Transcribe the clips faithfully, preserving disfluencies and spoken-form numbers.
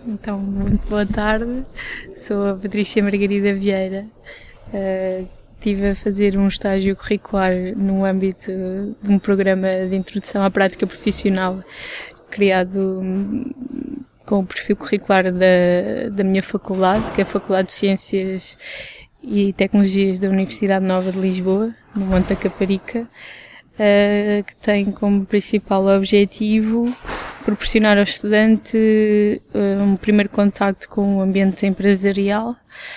Então, muito boa tarde, sou a Patrícia Margarida Vieira. Uh, estive a fazer um estágio curricular no âmbito de um programa de introdução à prática profissional criado com o perfil curricular da, da minha faculdade, que é a Faculdade de Ciências e Tecnologias da Universidade Nova de Lisboa, no Monte da Caparica, uh, que tem como principal objetivo proporcionar ao estudante uh, um primeiro contacto com o ambiente empresarial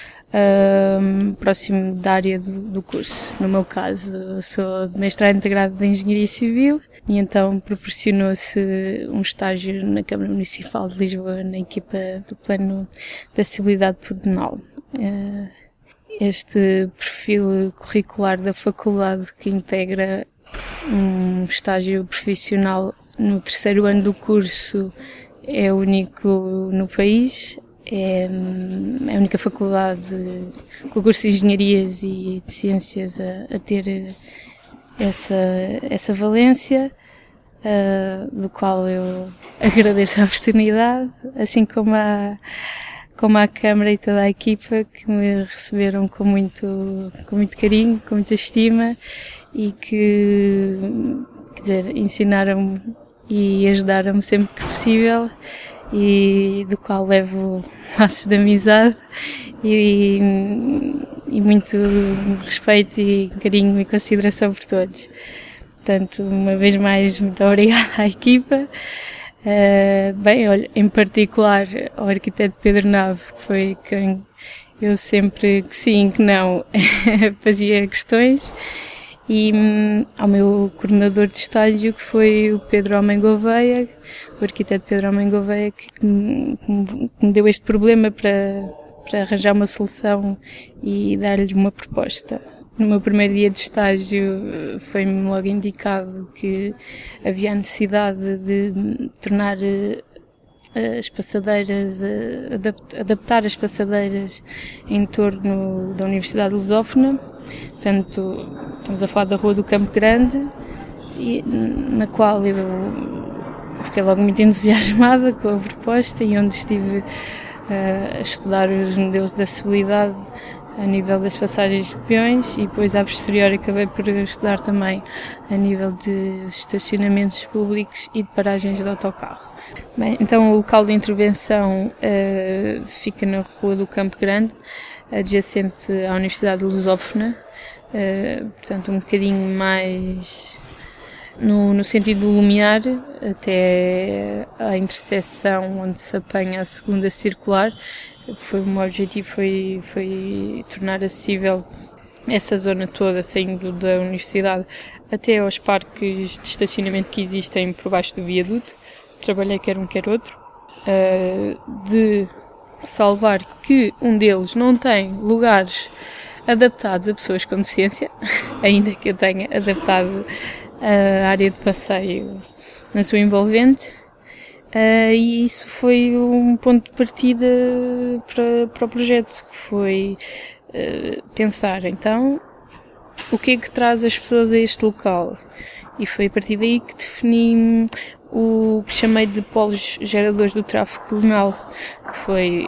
uh, próximo da área do, do curso. No meu caso, sou mestrado integrado de Engenharia Civil e então proporcionou-se um estágio na Câmara Municipal de Lisboa na equipa do Plano de Acessibilidade Pedonal. Uh, este perfil curricular da faculdade que integra um estágio profissional no terceiro ano do curso é único no país, é a única faculdade com o curso de Engenharias e de Ciências a, a ter essa, essa valência, uh, do qual eu agradeço a oportunidade, assim como a, como a Câmara e toda a equipa que me receberam com muito, com muito carinho, com muita estima e que, quer dizer, ensinaram-me e ajudaram-me sempre que possível e do qual levo laços de amizade e, e muito respeito e carinho e consideração por todos. Portanto, uma vez mais, muito obrigada à equipa. Uh, bem, olha, em particular ao arquiteto Pedro Nave, que foi quem eu sempre que sim, que não, fazia questões. E hum, ao meu coordenador de estágio, que foi o Pedro Homem Gouveia, o arquiteto Pedro Homem Gouveia, que, que, me, que me deu este problema para, para arranjar uma solução e dar-lhe uma proposta. No meu primeiro dia de estágio foi-me logo indicado que havia a necessidade de tornar as passadeiras, adaptar as passadeiras em torno da Universidade Lusófona. Portanto, estamos a falar da Rua do Campo Grande, e, na qual eu fiquei logo muito entusiasmada com a proposta e onde estive uh, a estudar os modelos de acessibilidade a nível das passagens de peões e depois, a posteriori, acabei por estudar também a nível de estacionamentos públicos e de paragens de autocarro. Bem, então o local de intervenção uh, fica na Rua do Campo Grande, adjacente à Universidade Lusófona, uh, portanto um bocadinho mais no, no sentido de Lumiar, até à interseção onde se apanha a segunda circular. Foi, o meu objetivo foi, foi tornar acessível essa zona toda, saindo da universidade até aos parques de estacionamento que existem por baixo do viaduto. Trabalhei quer um quer outro, uh, de salvar que um deles não tem lugares adaptados a pessoas com deficiência, ainda que eu tenha adaptado a área de passeio na sua envolvente. Uh, e isso foi um ponto de partida para, para o projeto, que foi uh, pensar, então, o que é que traz as pessoas a este local? E foi a partir daí que defini o que chamei de polos geradores do tráfego pedonal, que foi,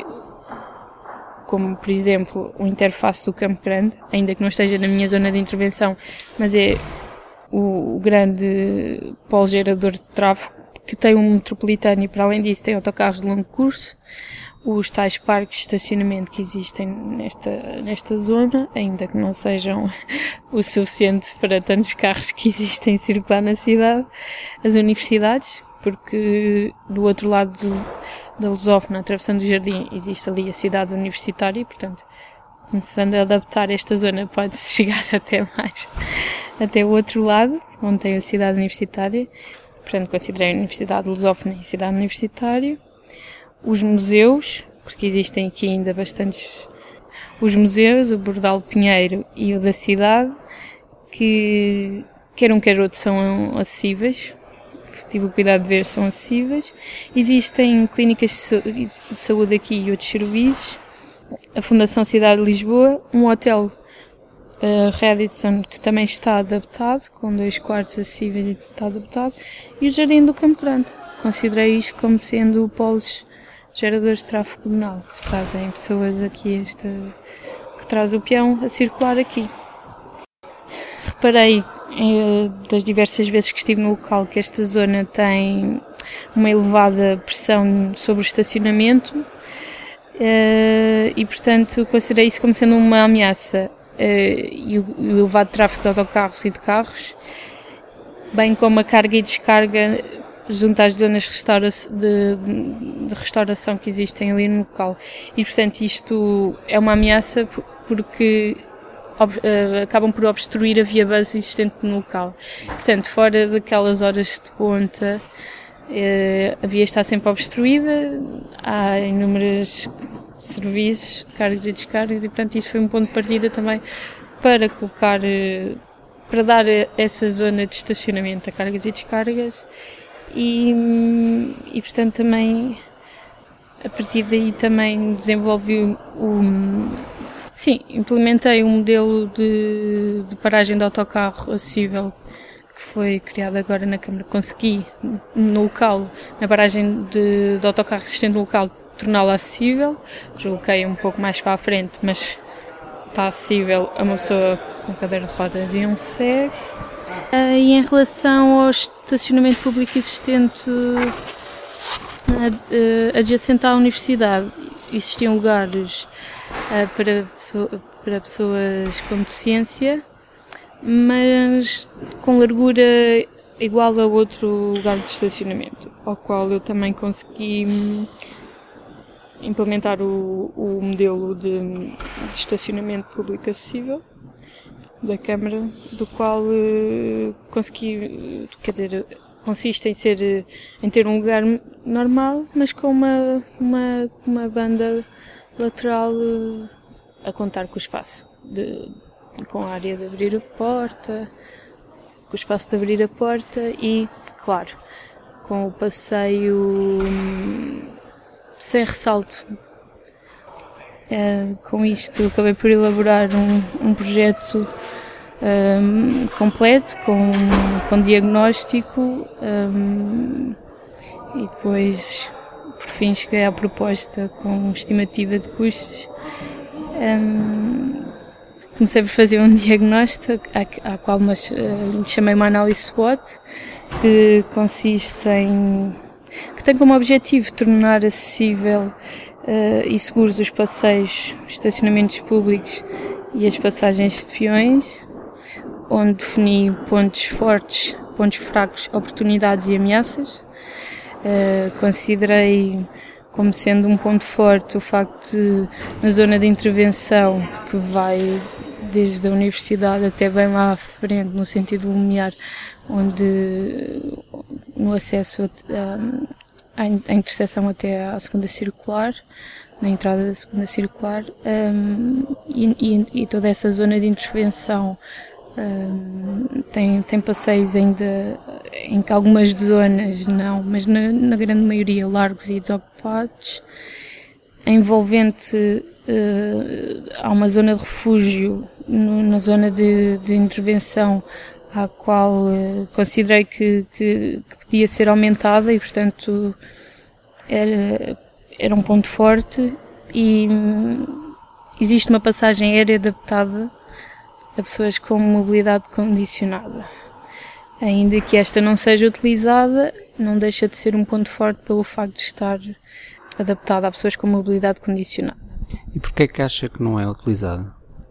como por exemplo, o interface do Campo Grande, ainda que não esteja na minha zona de intervenção, mas é o, o grande polo gerador de tráfego, que tem um metropolitano e, para além disso, tem autocarros de longo curso, os tais parques de estacionamento que existem nesta, nesta zona, ainda que não sejam o suficiente para tantos carros que existem a circular na cidade, as universidades, porque do outro lado do, da Lusófona, atravessando o jardim, existe ali a cidade universitária, portanto, começando a adaptar esta zona, pode-se chegar até mais, até o outro lado, onde tem a cidade universitária. Portanto, considerei a Universidade Lusófona e a cidade universitária. Os museus, porque existem aqui ainda bastantes, os museus, o Bordal Pinheiro e o da cidade, que quer um quer outro são acessíveis, tive o cuidado de ver, são acessíveis. Existem clínicas de saúde aqui e outros serviços, a Fundação Cidade de Lisboa, um hotel Uh, Radisson, que também está adaptado, com dois quartos acessíveis e está adaptado, e o Jardim do Campo Grande. Considerei isto como sendo polos geradores de tráfego pedonal, que trazem pessoas aqui, esta, que traz o peão a circular aqui. Reparei, eh, das diversas vezes que estive no local, que esta zona tem uma elevada pressão sobre o estacionamento eh, e, portanto, considerei isso como sendo uma ameaça. Uh, e, o, e o elevado tráfego de autocarros e de carros, bem como a carga e descarga junto às zonas restaura de, de, de restauração que existem ali no local. E, portanto, isto é uma ameaça porque ob, uh, acabam por obstruir a via-bus existente no local. Portanto, fora daquelas horas de ponta, uh, a via está sempre obstruída, há inúmeras serviços de cargas e descargas e, portanto, isso foi um ponto de partida também para colocar, para dar essa zona de estacionamento a cargas e descargas e, e portanto, também a partir daí também desenvolvi o, sim, implementei um modelo de, de paragem de autocarro acessível que foi criado agora na Câmara. Consegui, no local, na paragem de, de autocarro existente no local, torná-la acessível, desloquei um pouco mais para a frente, mas está acessível a uma pessoa com cadeira de rodas e um cego. E em relação ao estacionamento público existente adjacente à universidade, existiam lugares para, pessoa, para pessoas com deficiência, mas com largura igual a outro lugar de estacionamento, ao qual eu também consegui implementar o, o modelo de, de estacionamento público acessível da Câmara, do qual uh, consegui, quer dizer, consiste em ser, em ter um lugar normal, mas com uma, uma, uma banda lateral uh, a contar com o espaço, de, com a área de abrir a porta, com o espaço de abrir a porta e, claro, com o passeio um, sem ressalto. Uh, com isto acabei por elaborar um, um projeto um, completo, com, com diagnóstico um, e depois por fim cheguei à proposta com estimativa de custos. Um, comecei por fazer um diagnóstico à, à qual nós, uh, lhe chamei uma análise SWOT, que consiste em que tem como objetivo tornar acessível uh, e seguros os passeios, os estacionamentos públicos e as passagens de peões, onde defini pontos fortes, pontos fracos, oportunidades e ameaças. Uh, considerei como sendo um ponto forte o facto de, na zona de intervenção, que vai desde a universidade até bem lá à frente, no sentido lumiar, onde no acesso à, à interseção até à segunda circular, na entrada da segunda circular, um, e, e, e toda essa zona de intervenção um, tem, tem passeios ainda em que algumas zonas não, mas na, na grande maioria largos e desocupados. Envolvente uh, há uma zona de refúgio no, na zona de, de intervenção, à qual uh, considerei que, que, que podia ser aumentada e, portanto, era, era um ponto forte. E um, existe uma passagem aérea adaptada a pessoas com mobilidade condicionada. Ainda que esta não seja utilizada, não deixa de ser um ponto forte pelo facto de estar adaptada a pessoas com mobilidade condicionada. E porquê é que acha que não é utilizada?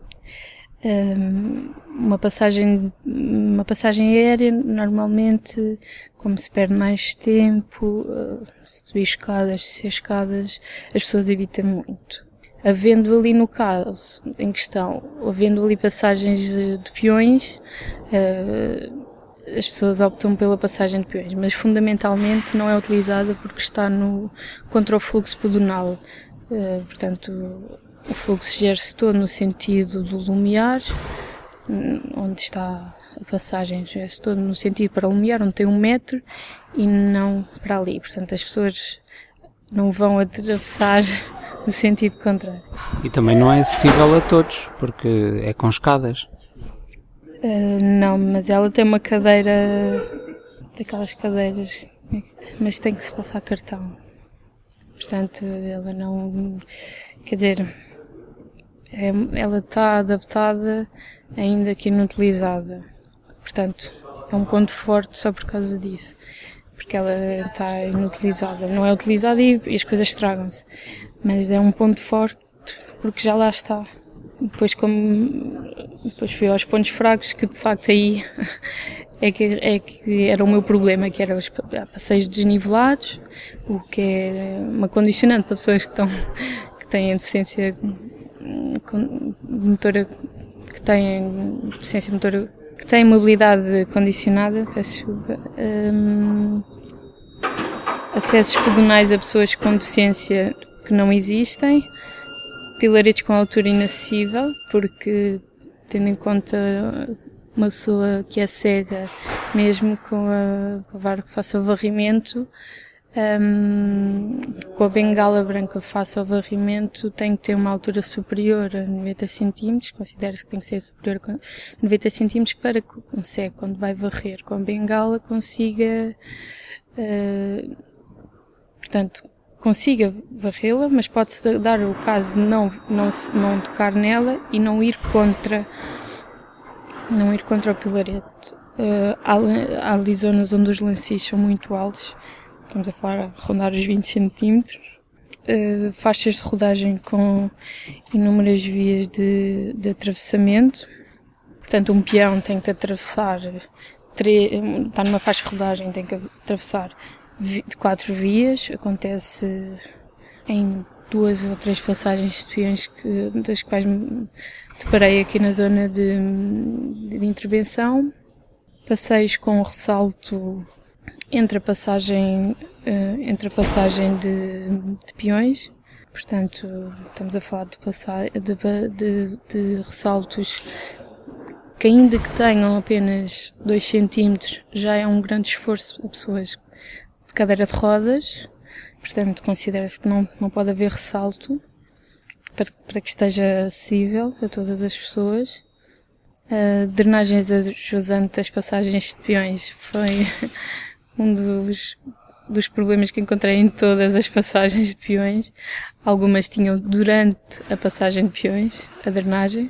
Um, uma passagem, uma passagem aérea, normalmente, como se perde mais tempo, uh, se subir escadas, se escadas, as pessoas evitam muito. Havendo ali, no caso em questão, havendo ali passagens de, de peões, uh, as pessoas optam pela passagem de peões, mas fundamentalmente não é utilizada porque está no, contra o fluxo pedonal. Uh, portanto, o fluxo gera-se todo no sentido do lumiar, onde está a passagem, gera-se todo no sentido para o lumiar, onde tem um metro, e não para ali. Portanto, as pessoas não vão atravessar no sentido contrário. E também não é acessível a todos, porque é com escadas. Uh, não, mas ela tem uma cadeira, daquelas cadeiras, mas tem que se passar cartão. Portanto, ela não, quer dizer, é, ela está adaptada ainda que inutilizada. Portanto, é um ponto forte só por causa disso, porque ela está inutilizada, não é utilizada e, e as coisas estragam-se, mas é um ponto forte porque já lá está. Depois, como depois fui aos pontos fracos, que de facto aí é que, é que era o meu problema, que eram os passeios desnivelados, o que é uma condicionante para pessoas que, estão, que têm deficiência motora, que têm deficiência motora, que têm mobilidade condicionada, peço desculpa, um, acessos pedonais a pessoas com deficiência que não existem, pilaretes com altura inacessível, porque tendo em conta uma pessoa que é cega, mesmo com a, com a vara que faça o varrimento, um, com a bengala branca que faça o varrimento, tem que ter uma altura superior a noventa centímetros, considera-se que tem que ser superior a noventa centímetros para que um cego, quando vai varrer com a bengala, consiga, uh, portanto, consiga varrê-la, mas pode-se dar o caso de não, não, não tocar nela e não ir contra, não ir contra o pilarete. Uh, há, há ali zonas onde os lancis são muito altos, estamos a falar a rondar os vinte centímetros, uh, faixas de rodagem com inúmeras vias de, de atravessamento, portanto um peão tem que atravessar, três, está numa faixa de rodagem, tem que atravessar de quatro vias, acontece em duas ou três passagens de peões que, das quais me deparei aqui na zona de, de intervenção. Passeios com ressalto entre a passagem, entre a passagem de, de peões, portanto estamos a falar de, passar, de, de, de ressaltos que, ainda que tenham apenas dois centímetros, já é um grande esforço a pessoas cadeira de rodas, portanto considera-se que não, não pode haver ressalto para, para que esteja acessível a todas as pessoas. Uh, drenagens ajusantes das passagens de peões foi um dos, dos problemas que encontrei em todas as passagens de peões. Algumas tinham durante a passagem de peões, a drenagem.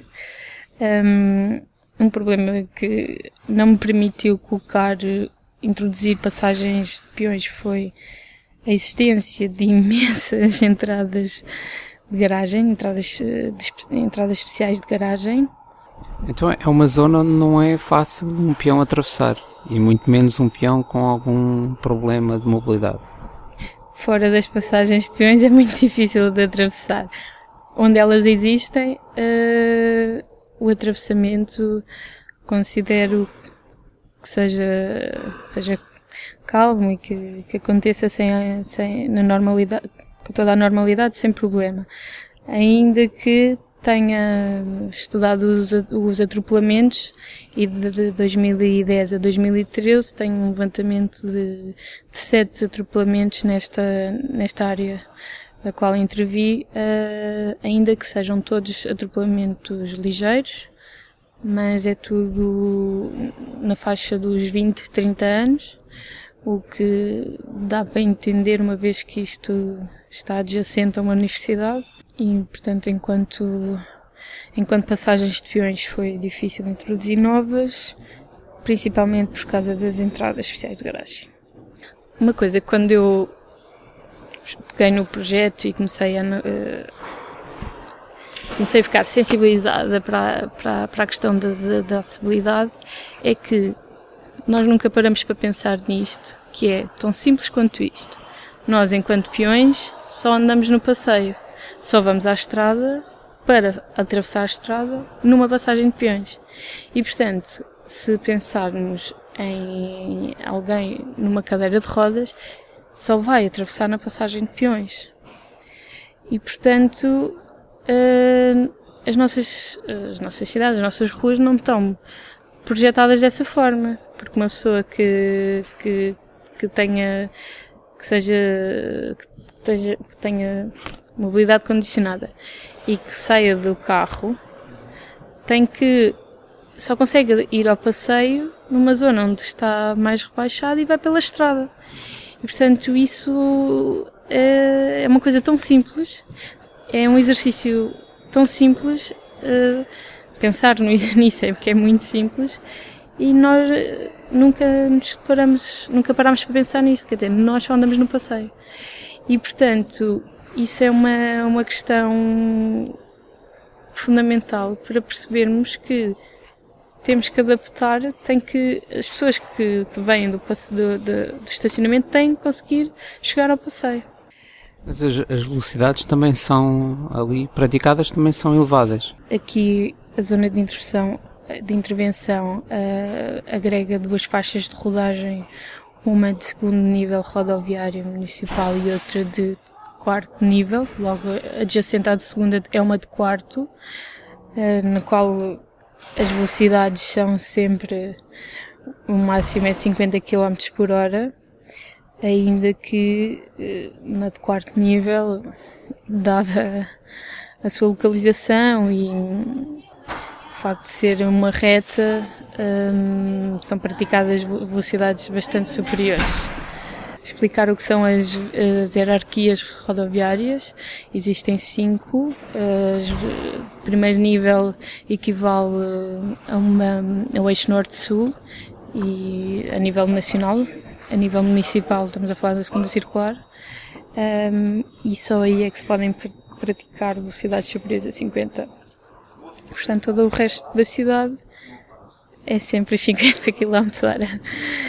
Um, um problema que não me permitiu colocar introduzir passagens de peões foi a existência de imensas entradas de garagem, entradas, de, entradas especiais de garagem. Então é uma zona onde não é fácil um peão atravessar, e muito menos um peão com algum problema de mobilidade. Fora das passagens de peões é muito difícil de atravessar. Onde elas existem, uh, o atravessamento considero que seja, seja calmo e que, que aconteça sem, sem, na normalidade, com toda a normalidade, sem problema. Ainda que tenha estudado os, os atropelamentos e de, de dois mil e dez a dois mil e treze tenho um levantamento de, de sete atropelamentos nesta, nesta área da qual intervi, uh, ainda que sejam todos atropelamentos ligeiros, mas é tudo na faixa dos vinte, trinta anos, o que dá para entender uma vez que isto está adjacente a uma universidade e, portanto, enquanto, enquanto passagens de peões foi difícil introduzir novas, principalmente por causa das entradas especiais de garagem. Uma coisa, quando eu peguei no projeto e comecei a... Uh, comecei a ficar sensibilizada para, para, para a questão da, da acessibilidade, é que nós nunca paramos para pensar nisto, que é tão simples quanto isto. Nós, enquanto peões, só andamos no passeio, só vamos à estrada para atravessar a estrada numa passagem de peões. E, portanto, se pensarmos em alguém numa cadeira de rodas, só vai atravessar na passagem de peões. E, portanto, Uh, as, nossas, as nossas cidades, as nossas ruas não estão projetadas dessa forma, porque uma pessoa que, que, que tenha, que seja, que tenha, que tenha mobilidade condicionada e que saia do carro, tem que, só consegue ir ao passeio numa zona onde está mais rebaixado e vai pela estrada. E, portanto, isso é uma coisa tão simples, é um exercício tão simples, pensar nisso é porque é muito simples, e nós nunca nos paramos, nunca paramos para pensar nisso, quer dizer, nós só andamos no passeio. E, portanto, isso é uma, uma questão fundamental para percebermos que temos que adaptar, tem que, as pessoas que, que vêm do, do, do, do estacionamento têm que conseguir chegar ao passeio. Mas as, as velocidades também são, ali praticadas, também são elevadas. Aqui a zona de intervenção, de intervenção uh, agrega duas faixas de rodagem, uma de segundo nível rodoviário municipal e outra de quarto nível, logo adjacente à de segunda é uma de quarto, na qual as velocidades são sempre, o máximo é de cinquenta quilómetros por hora, ainda que na de quarto nível, dada a sua localização e o facto de ser uma reta, um, são praticadas velocidades bastante superiores. Explicar o que são as, as hierarquias rodoviárias. Existem cinco. O primeiro nível equivale a uma, ao eixo norte-sul e a nível nacional. A nível municipal estamos a falar da segunda circular. Um, e só aí é que se podem praticar velocidades superiores a cinquenta. Portanto, todo o resto da cidade é sempre cinquenta quilómetros por hora.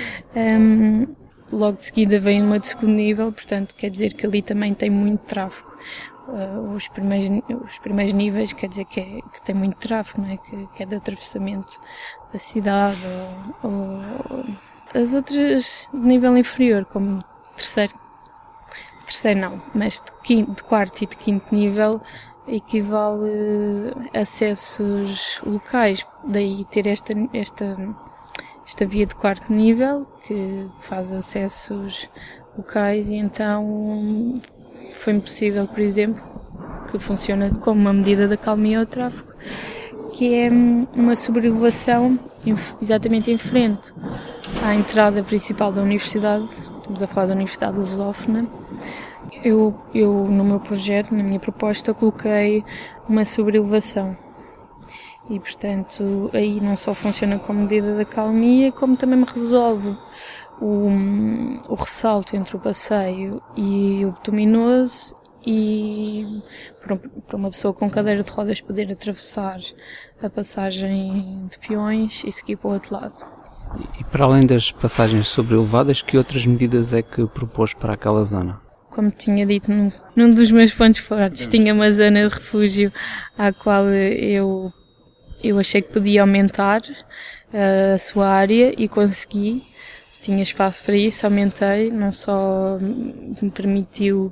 Um, logo de seguida vem uma de segundo nível, portanto, quer dizer que ali também tem muito tráfego. Uh, os, primeiros, os primeiros níveis quer dizer que, é, que tem muito tráfego, não é? Que, que é de atravessamento da cidade. Ou, ou as outras de nível inferior, como terceiro, terceiro não, mas de, quinto, de quarto e de quinto nível, equivale a acessos locais, daí ter esta, esta, esta via de quarto nível que faz acessos locais, e então foi-me possível, por exemplo, que funciona como uma medida da calmia ao tráfego, que é uma sobrelevação exatamente em frente à entrada principal da universidade, estamos a falar da Universidade Lusófona. Eu, eu, no meu projeto, na minha proposta, coloquei uma sobrelevação e, portanto, aí não só funciona como medida da calmia, como também me resolve o, o ressalto entre o passeio e o bituminoso, e para uma pessoa com cadeira de rodas poder atravessar a passagem de peões e seguir para o outro lado. E para além das passagens sobrelevadas, que outras medidas é que propôs para aquela zona? Como tinha dito, num, num dos meus pontos fortes tinha uma zona de refúgio à qual eu, eu achei que podia aumentar uh, a sua área, e consegui. Tinha espaço para isso, aumentei, não só me permitiu...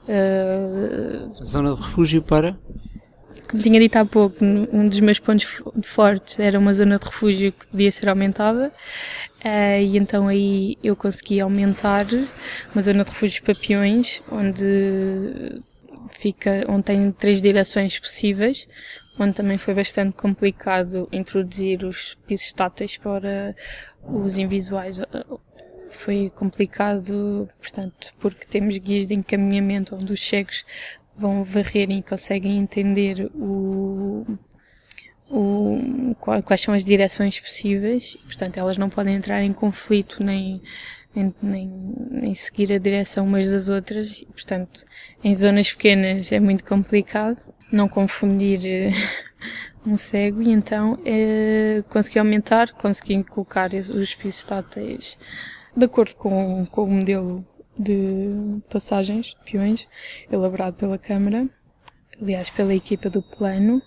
Uh, a zona de refúgio para? Como tinha dito há pouco, um dos meus pontos fortes era uma zona de refúgio que podia ser aumentada. Uh, e então aí eu consegui aumentar uma zona de refúgios para peões, onde, fica, onde tem três direções possíveis, onde também foi bastante complicado introduzir os pisos táteis para os invisuais. Foi complicado, portanto, porque temos guias de encaminhamento onde os cegos vão varrer e conseguem entender o... O, quais são as direções possíveis, portanto elas não podem entrar em conflito nem, nem, nem, nem seguir a direção umas das outras, e, portanto em zonas pequenas é muito complicado não confundir uh, um cego, e então uh, consegui aumentar, consegui colocar os pisos táteis de acordo com, com o modelo de passagens de peões elaborado pela Câmara, aliás pela equipa do plano.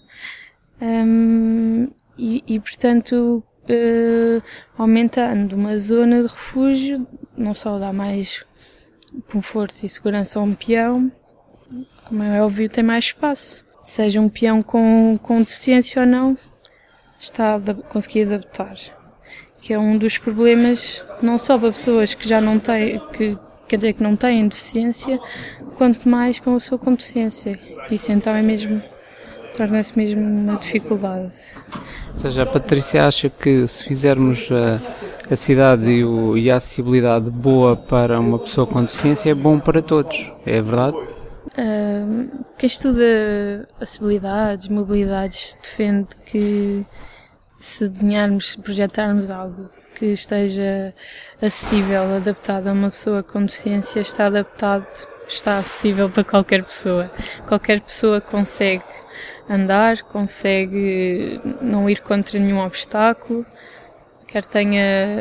Um, e, e, portanto, uh, aumentando uma zona de refúgio, não só dá mais conforto e segurança a um peão, como é óbvio, tem mais espaço. Seja um peão com, com deficiência ou não, está a conseguir adaptar. Que é um dos problemas, não só para pessoas que já não têm, que, quer dizer, que não têm deficiência, quanto mais para uma pessoa com deficiência. Isso então é mesmo... torna-se mesmo uma dificuldade. Ou seja, a Patrícia acha que se fizermos a, a cidade e, o, e a acessibilidade boa para uma pessoa com deficiência é bom para todos, é verdade? Uh, quem estuda acessibilidades, mobilidades, defende que se desenharmos, se projetarmos algo que esteja acessível, adaptado a uma pessoa com deficiência, está adaptado, está acessível para qualquer pessoa. Qualquer pessoa consegue andar, consegue não ir contra nenhum obstáculo, quer tenha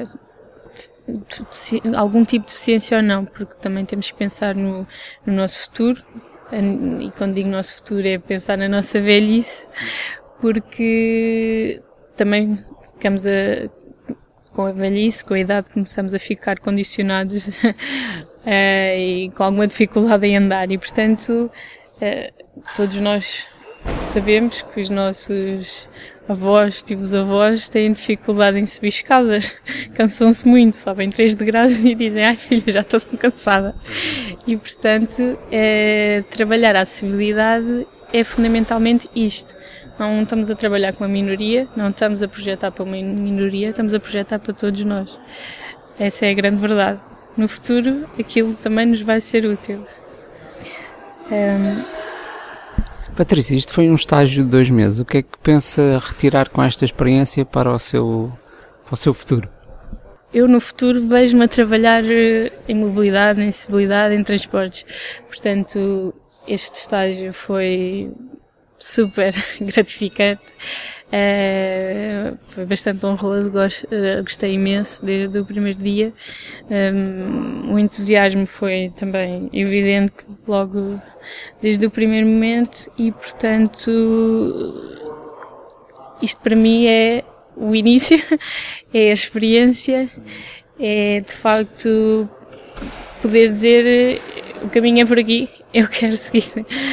algum tipo de deficiência ou não, porque também temos que pensar no, no nosso futuro, e quando digo nosso futuro é pensar na nossa velhice, porque também ficamos a, com a velhice, com a idade, começamos a ficar condicionados e com alguma dificuldade em andar, e portanto todos nós sabemos que os nossos avós, tipos avós, têm dificuldade em subir escadas, cansam-se muito, sobem três degraus e dizem: ai filha, já estou tão cansada. E portanto, é, trabalhar a acessibilidade é fundamentalmente isto. Não estamos a trabalhar com uma minoria, não estamos a projetar para uma minoria, estamos a projetar para todos nós. Essa é a grande verdade. No futuro, aquilo também nos vai ser útil. Um, Patrícia, isto foi um estágio de dois meses. O que é que pensa retirar com esta experiência para o seu, para o seu futuro? Eu, no futuro, vejo-me a trabalhar em mobilidade, em acessibilidade, em transportes. Portanto, este estágio foi super gratificante. Uh, foi bastante honroso, gost, uh, gostei imenso desde o primeiro dia. Um, o entusiasmo foi também evidente logo desde o primeiro momento e, portanto, isto para mim é o início, é a experiência, é de facto poder dizer: o caminho é por aqui, eu quero seguir.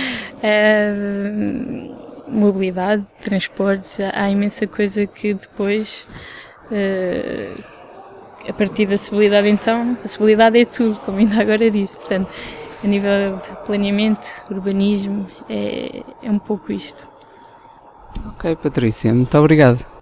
Uh, mobilidade, transportes, há imensa coisa que depois, uh, a partir da acessibilidade, então, a acessibilidade é tudo, como ainda agora disse, portanto, a nível de planeamento, urbanismo, é, é um pouco isto. Ok, Patrícia, muito obrigado.